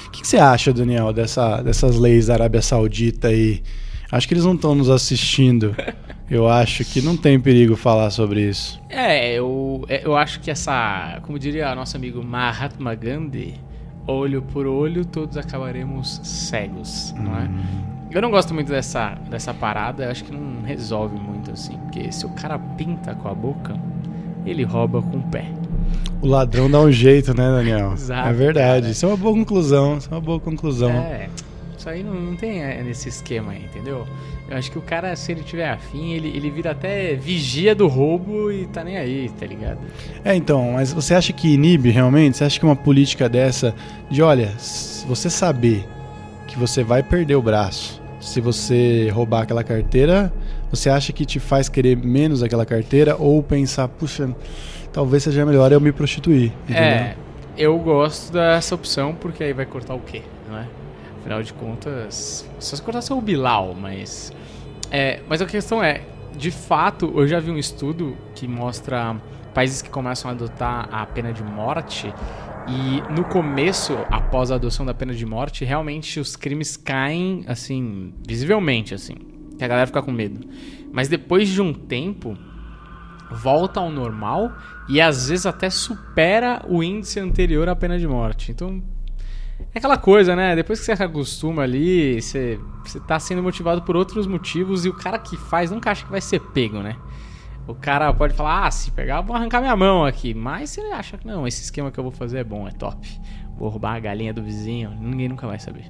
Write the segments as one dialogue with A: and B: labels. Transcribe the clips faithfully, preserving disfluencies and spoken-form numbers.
A: O que, que você acha, Daniel, dessa, dessas leis da Arábia Saudita aí? Acho que eles não estão nos assistindo. Eu acho que não tem perigo falar sobre isso.
B: É, eu, eu acho que essa, como diria nosso amigo Mahatma Gandhi, olho por olho todos acabaremos cegos, não é?
A: Hum.
B: Eu não gosto muito dessa, dessa parada, eu acho que não resolve muito assim, porque se o cara pinta com a boca, ele rouba com o pé.
A: O ladrão dá um jeito, né, Daniel?
B: Exato,
A: é verdade,
B: cara.
A: Isso é uma boa conclusão, isso é uma boa conclusão.
B: É, isso aí não, não tem é, nesse esquema aí, entendeu? Eu acho que o cara, se ele tiver afim, ele, ele vira até vigia do roubo e tá nem aí, tá ligado?
A: É, então, mas você acha que inibe realmente? Você acha que uma política dessa, de olha, se você saber que você vai perder o braço se você roubar aquela carteira, você acha que te faz querer menos aquela carteira ou pensar, puxa, talvez seja melhor eu me prostituir, entendeu?
B: É, eu gosto dessa opção porque aí vai cortar o quê, não é? Afinal de contas, só se cortar seu Bilal, mas... É, mas a questão é, de fato, eu já vi um estudo que mostra países que começam a adotar a pena de morte e no começo, após a adoção da pena de morte, realmente os crimes caem, assim, visivelmente, assim, que a galera fica com medo. Mas depois de um tempo, volta ao normal e às vezes até supera o índice anterior à pena de morte. Então... é aquela coisa, né? Depois que você acostuma ali, você, você tá sendo motivado por outros motivos e o cara que faz nunca acha que vai ser pego, né? O cara pode falar, ah, se pegar eu vou arrancar minha mão aqui. Mas você acha que não, esse esquema que eu vou fazer é bom, é top. Vou roubar a galinha do vizinho, ninguém nunca vai saber.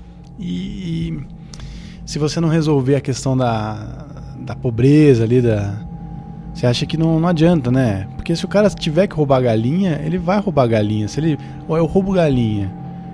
A: E se você não resolver a questão da, da pobreza ali, da... você acha que não, não adianta, né? Porque se o cara tiver que roubar galinha, ele vai roubar galinha. Se ele, ou eu roubo galinha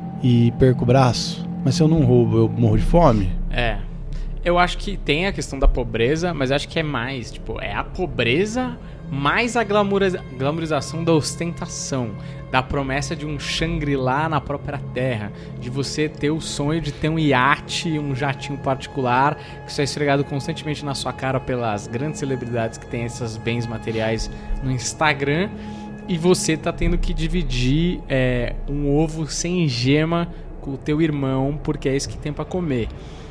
A: e perco o braço, mas se eu não roubo, eu morro de fome?
B: É, eu acho que tem a questão da pobreza, mas acho que é mais, tipo, é a pobreza mais a glamouriza- glamourização da ostentação, da promessa de um Shangri-La na própria terra, de você ter o sonho de ter um iate, um jatinho particular, que está esfregado constantemente na sua cara pelas grandes celebridades que têm esses bens materiais no Instagram, e você tá tendo que dividir é, um ovo sem gema com o teu irmão, porque é isso que tem pra comer.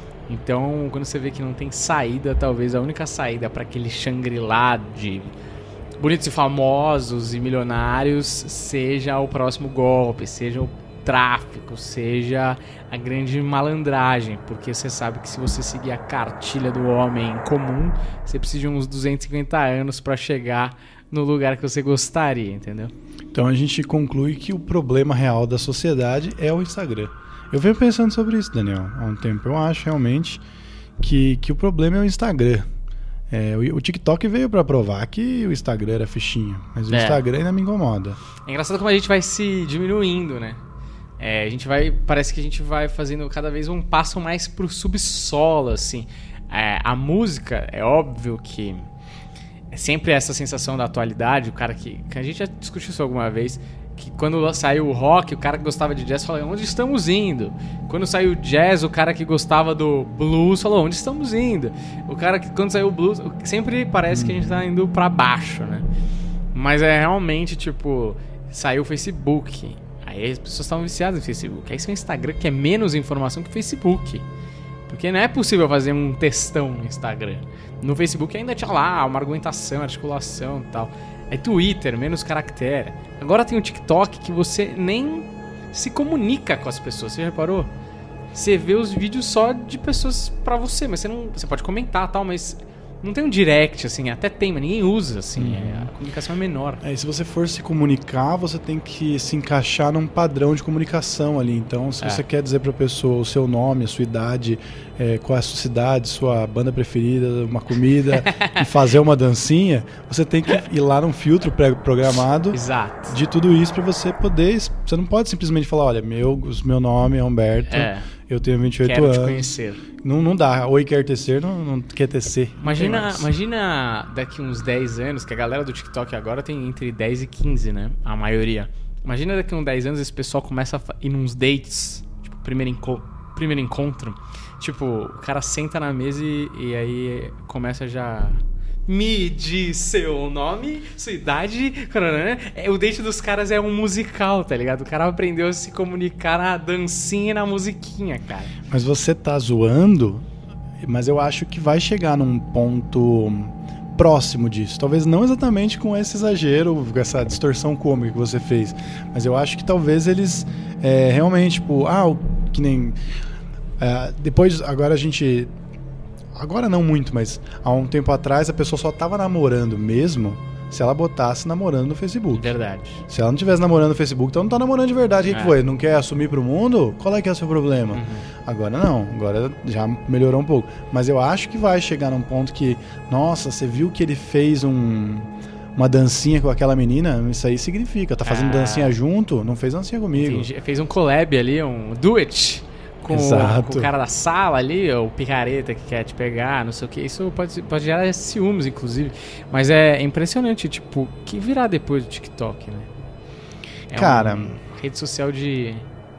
B: Então, quando você vê que não tem saída, talvez a única saída para aquele Shangri-La de bonitos e famosos e milionários seja o próximo golpe, seja o tráfico, seja a grande malandragem, porque você sabe que se você seguir a cartilha do homem comum, você precisa de uns duzentos e cinquenta anos para chegar no lugar que você gostaria, entendeu?
A: Então a gente conclui que o problema real da sociedade é o Instagram. Eu venho pensando sobre isso, Daniel, há um tempo. Eu acho realmente que, que o problema é o Instagram. É, o, o TikTok veio para provar que o Instagram era fichinha, mas o
B: É.
A: Instagram ainda me incomoda.
B: É engraçado como a gente vai se diminuindo, né? É, a gente vai, parece que a gente vai fazendo cada vez um passo mais pro subsolo, assim. É, a música, é óbvio que é sempre essa sensação da atualidade, o cara que, que a gente já discutiu isso alguma vez, que quando saiu o rock, o cara que gostava de jazz falou, onde estamos indo? Quando saiu o jazz, o cara que gostava do blues falou, onde estamos indo? O cara que, quando saiu o blues, sempre parece que a gente tá indo pra baixo, né? Mas é realmente, tipo, saiu o Facebook, aí as pessoas estavam viciadas no Facebook, aí saiu o Instagram, que é menos informação que o Facebook. Porque não é possível fazer um textão no Instagram. No Facebook ainda tinha lá uma argumentação, articulação e tal. É Twitter, menos caractere. Agora tem o TikTok que você nem se comunica com as pessoas. Você já reparou? Você vê os vídeos só de pessoas pra você, mas você não, você pode comentar e tal, mas não tem um direct, assim, até tem, mas ninguém usa, assim,
A: Uhum.
B: é, a comunicação é menor.
A: É, e se você for se comunicar, você tem que se encaixar num padrão de comunicação ali. Então, se
B: É.
A: você quer dizer pra pessoa o seu nome, a sua idade, é, qual é a sua cidade, sua banda preferida, uma comida e fazer uma dancinha, você tem que ir lá num filtro pré-programado
B: Exato.
A: de tudo isso pra você poder... Você não pode simplesmente falar, olha, meu, meu nome é Humberto,
B: É,
A: eu tenho vinte e oito
B: quero te
A: anos.
B: conhecer.
A: Não, não dá. Oi, quer tecer, não, não quer tecer. Não tem
B: Imagina,
A: mais.
B: imagina daqui uns dez anos, que a galera do TikTok agora tem entre dez e quinze, né? A maioria. Imagina daqui uns dez anos esse pessoal começa a ir nos dates, tipo, primeiro, enco- primeiro encontro. Tipo, o cara senta na mesa e, e aí começa já... me diz seu nome, sua idade. O date dos caras é um musical, tá ligado? O cara aprendeu a se comunicar na dancinha e na musiquinha, cara.
A: Mas você tá zoando, mas eu acho que vai chegar num ponto próximo disso. Talvez não exatamente com esse exagero, com essa distorção cômica que você fez, mas eu acho que talvez eles é, realmente, tipo, ah, que nem... É, depois, agora a gente... Agora não muito, mas há um tempo atrás a pessoa só tava namorando mesmo se ela botasse namorando no Facebook.
B: Verdade.
A: Se ela não tivesse namorando no Facebook, então não tá namorando de verdade. O que,
B: é.
A: que foi? Não quer assumir pro mundo? Qual é que é o seu problema? Uhum. Agora não, agora já melhorou um pouco. Mas eu acho que vai chegar num ponto que, nossa, você viu que ele fez um, uma dancinha com aquela menina? Isso aí significa, tá fazendo é. dancinha junto? Não fez dancinha comigo.
B: Entendi. Fez um collab ali, um do it. Com o, com o cara da sala ali, o picareta que quer te pegar, não sei o que. Isso pode, pode gerar ciúmes, inclusive. Mas é impressionante, tipo, o que virá depois do TikTok, né? É
A: cara...
B: uma rede social de...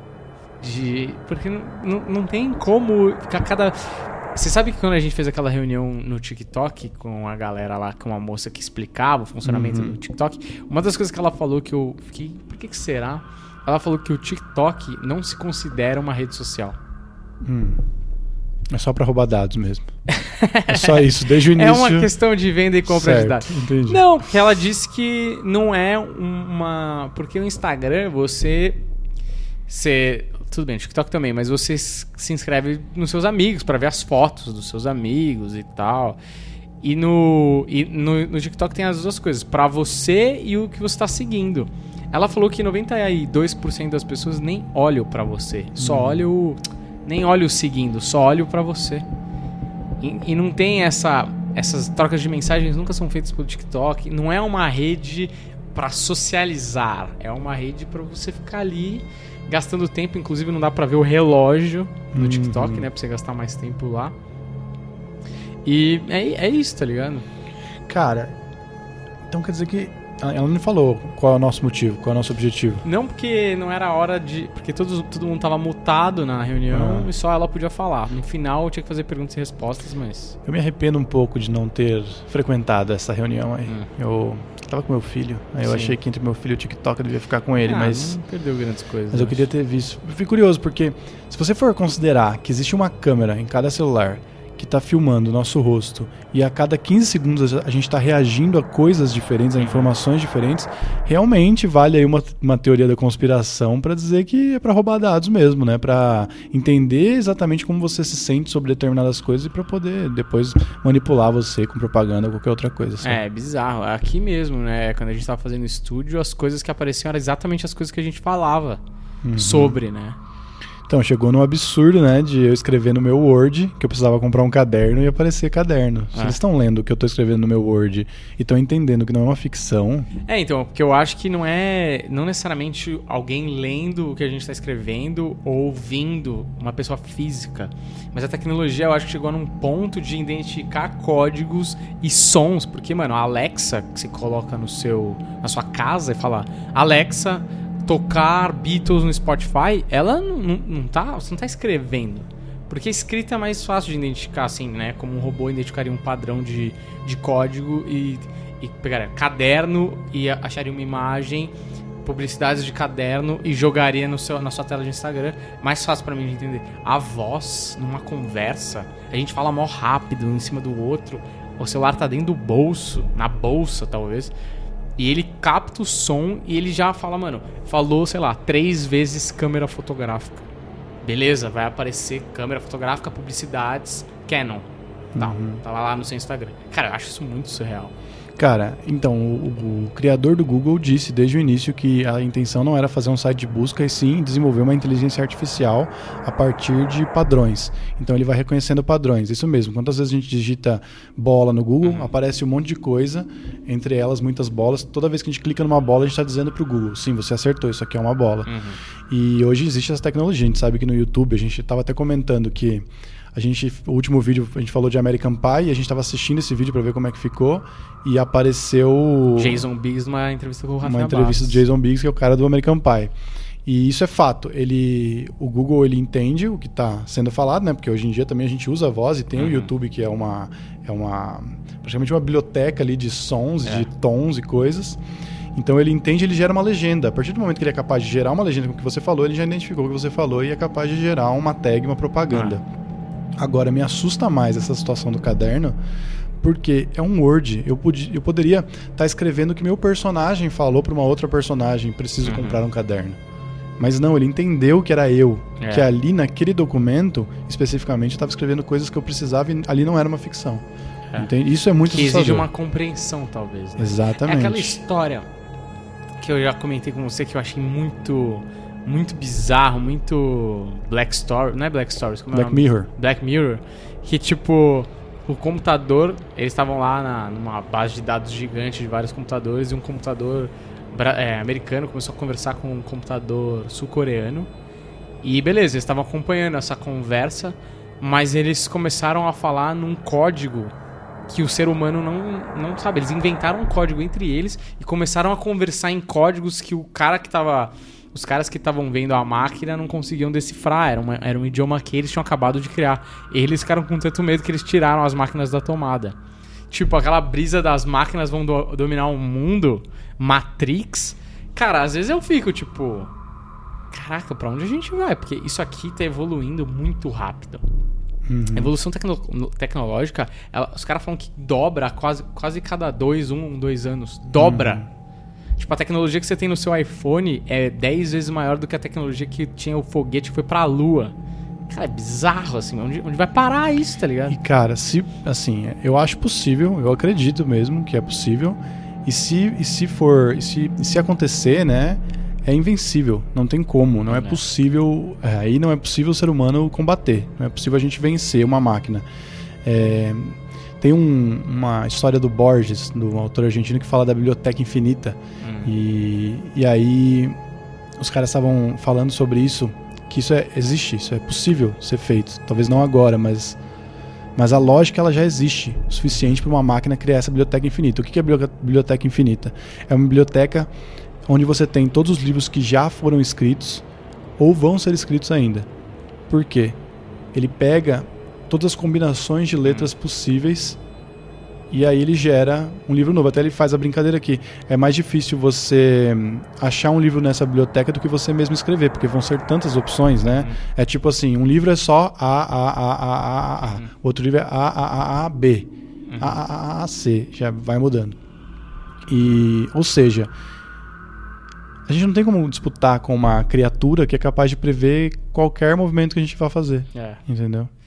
B: de porque não, não, não tem como ficar cada... Você sabe que quando a gente fez aquela reunião no TikTok com a galera lá, com uma moça que explicava o funcionamento uhum. do TikTok, uma das coisas que ela falou que eu fiquei... Por que que será? Ela falou que o TikTok não se considera uma rede social.
A: Hum. É só pra roubar dados mesmo. É só isso, desde o início.
B: É uma questão de venda e compra
A: certo,
B: de dados.
A: Entendi.
B: Não, porque ela disse que não é uma... Porque o Instagram, você... você tudo bem, o TikTok também, mas você se inscreve nos seus amigos pra ver as fotos dos seus amigos e tal. E no, e no, no TikTok tem as duas coisas, pra você e o que você tá seguindo. Ela falou que noventa e dois por cento das pessoas nem olham pra você. Só hum. olham o... Nem olham o seguindo, só olham pra você. E, e não tem essa... Essas trocas de mensagens nunca são feitas pelo TikTok. Não é uma rede pra socializar. É uma rede pra você ficar ali gastando tempo. Inclusive não dá pra ver o relógio no TikTok, uhum. né? Pra você gastar mais tempo lá. E é, é isso, tá ligado?
A: Cara, então quer dizer que... Ela não falou qual é o nosso motivo, qual é o nosso objetivo.
B: Não, porque não era hora de... Porque todo, todo mundo tava mutado na reunião ah. e só ela podia falar. No final eu tinha que fazer perguntas e respostas, mas...
A: Eu me arrependo um pouco de não ter frequentado essa reunião aí. Hum. Eu tava com meu filho, aí eu Sim. achei que entre meu filho e o TikTok eu devia ficar com ele, ah, mas...
B: não perdeu grandes coisas.
A: Mas eu, eu queria ter visto. Eu fiquei curioso, porque se você for considerar que existe uma câmera em cada celular que está filmando o nosso rosto e a cada quinze segundos a gente está reagindo a coisas diferentes, a informações diferentes, realmente vale aí uma, uma teoria da conspiração para dizer que é para roubar dados mesmo, né? Para entender exatamente como você se sente sobre determinadas coisas e para poder depois manipular você com propaganda ou qualquer outra coisa. Assim.
B: É, bizarro. Aqui mesmo, né? Quando a gente estava fazendo estúdio, as coisas que apareciam eram exatamente as coisas que a gente falava uhum. sobre, né?
A: Então, chegou num absurdo, né, de eu escrever no meu Word que eu precisava comprar um caderno e aparecer caderno. Se é. eles estão lendo o que eu estou escrevendo no meu Word e estão entendendo que não é uma ficção...
B: É, então, porque eu acho que não é... Não necessariamente alguém lendo o que a gente está escrevendo ou ouvindo uma pessoa física. Mas a tecnologia, eu acho que chegou num ponto de identificar códigos e sons. Porque, mano, a Alexa, que você coloca no seu, na sua casa e fala... Alexa... tocar Beatles no Spotify, ela não, não, não tá, você não tá escrevendo. Porque a escrita é mais fácil de identificar, assim, né? Como um robô identificaria um padrão de, de código e, e pegaria caderno e acharia uma imagem, publicidades de caderno e jogaria no seu, na sua tela de Instagram. Mais fácil pra mim de entender. A voz, numa conversa, a gente fala mó rápido, um em cima do outro. O celular tá dentro do bolso, na bolsa, talvez. E ele capta o som e ele já fala, mano, falou, sei lá, três vezes câmera fotográfica. Beleza, vai aparecer câmera fotográfica, publicidades, Canon. Tá, uhum. Tava lá no seu Instagram. Cara, eu acho isso muito surreal.
A: Cara, então, o, o criador do Google disse desde o início que a intenção não era fazer um site de busca, e sim desenvolver uma inteligência artificial a partir de padrões. Então ele vai reconhecendo padrões, isso mesmo. Quantas vezes a gente digita bola no Google, uhum. aparece um monte de coisa, entre elas muitas bolas. Toda vez que a gente clica numa bola, a gente está dizendo pro Google, sim, você acertou, isso aqui é uma bola. Uhum. E hoje existe essa tecnologia, a gente sabe que no YouTube, a gente estava até comentando que a gente, o último vídeo a gente falou de American Pie e a gente estava assistindo esse vídeo para ver como é que ficou e apareceu
B: Jason Biggs numa entrevista com o Rafinha
A: uma entrevista
B: Bastos.
A: do Jason Biggs, que é o cara do American Pie. E isso é fato. Ele, o Google ele entende o que está sendo falado, né? Porque hoje em dia também a gente usa a voz e tem uhum. o YouTube, que é uma, é uma praticamente uma biblioteca ali de sons, é. de tons e coisas. Então ele entende, ele gera uma legenda. A partir do momento que ele é capaz de gerar uma legenda com o que você falou, ele já identificou o que você falou e é capaz de gerar uma tag, uma propaganda. Ah. Agora, me assusta mais essa situação do caderno, porque é um Word. Eu, podia, eu poderia estar tá escrevendo o que meu personagem falou para uma outra personagem, preciso uhum. comprar um caderno. Mas não, ele entendeu que era eu. É. Que ali naquele documento, especificamente, eu estava escrevendo coisas que eu precisava e ali não era uma ficção. É. Entende? Isso é muito
B: que
A: assustador.
B: exige uma compreensão, talvez. Né?
A: Exatamente.
B: É aquela história que eu já comentei com você que eu achei muito, muito bizarro, muito Black Story. Não é Black Stories, como
A: Black
B: é o nome?
A: Mirror.
B: Black Mirror. Que tipo, o computador, eles estavam lá na, numa base de dados gigante de vários computadores e um computador é, americano começou a conversar com um computador sul-coreano. E beleza, eles estavam acompanhando essa conversa, mas eles começaram a falar num código que o ser humano não, não sabe. Eles inventaram um código entre eles e começaram a conversar em códigos que o cara que tava... Os caras que estavam vendo a máquina não conseguiam decifrar. Era, uma, era um idioma que eles tinham acabado de criar. Eles ficaram com tanto medo que eles tiraram as máquinas da tomada. Tipo, aquela brisa das máquinas vão do, dominar o mundo, Matrix. Cara, às vezes eu fico tipo... Caraca, pra onde a gente vai? Porque isso aqui tá evoluindo muito rápido. Uhum. A evolução tecno- tecnológica, ela, os caras falam que dobra quase, quase cada dois, um, dois anos. Dobra. Uhum. Tipo, a tecnologia que você tem no seu iPhone é dez vezes maior do que a tecnologia que tinha o foguete que foi pra Lua. Cara, é bizarro, assim. Onde, onde vai parar isso, tá ligado?
A: E, cara, se, assim, eu acho possível, eu acredito mesmo que é possível. E se, e se for, e se, e se acontecer, né, é invencível. Não tem como, não é, é possível, é, aí não é possível o ser humano combater. Não é possível a gente vencer uma máquina. É, tem um, uma história do Borges, do autor argentino, que fala da biblioteca infinita. Hum. E, e aí os caras estavam falando sobre isso, que isso é, existe, isso é possível ser feito. Talvez não agora, mas, mas a lógica ela já existe o suficiente para uma máquina criar essa biblioteca infinita. O que é a biblioteca infinita? É uma biblioteca onde você tem todos os livros que já foram escritos ou vão ser escritos ainda. Por quê? Ele pega todas as combinações de letras possíveis e aí ele gera um livro novo. Até ele faz a brincadeira aqui. É mais difícil você achar um livro nessa biblioteca do que você mesmo escrever, porque vão ser tantas opções, né? Uhum. É tipo assim, um livro é só A, A, A, A, A, A, A. Uhum. Outro livro é A, A, A, A, B. Uhum. A, A, A, A, C. Já vai mudando. E, ou seja, a gente não tem como disputar com uma criatura que é capaz de prever qualquer movimento que a gente vai fazer. É. Entendeu?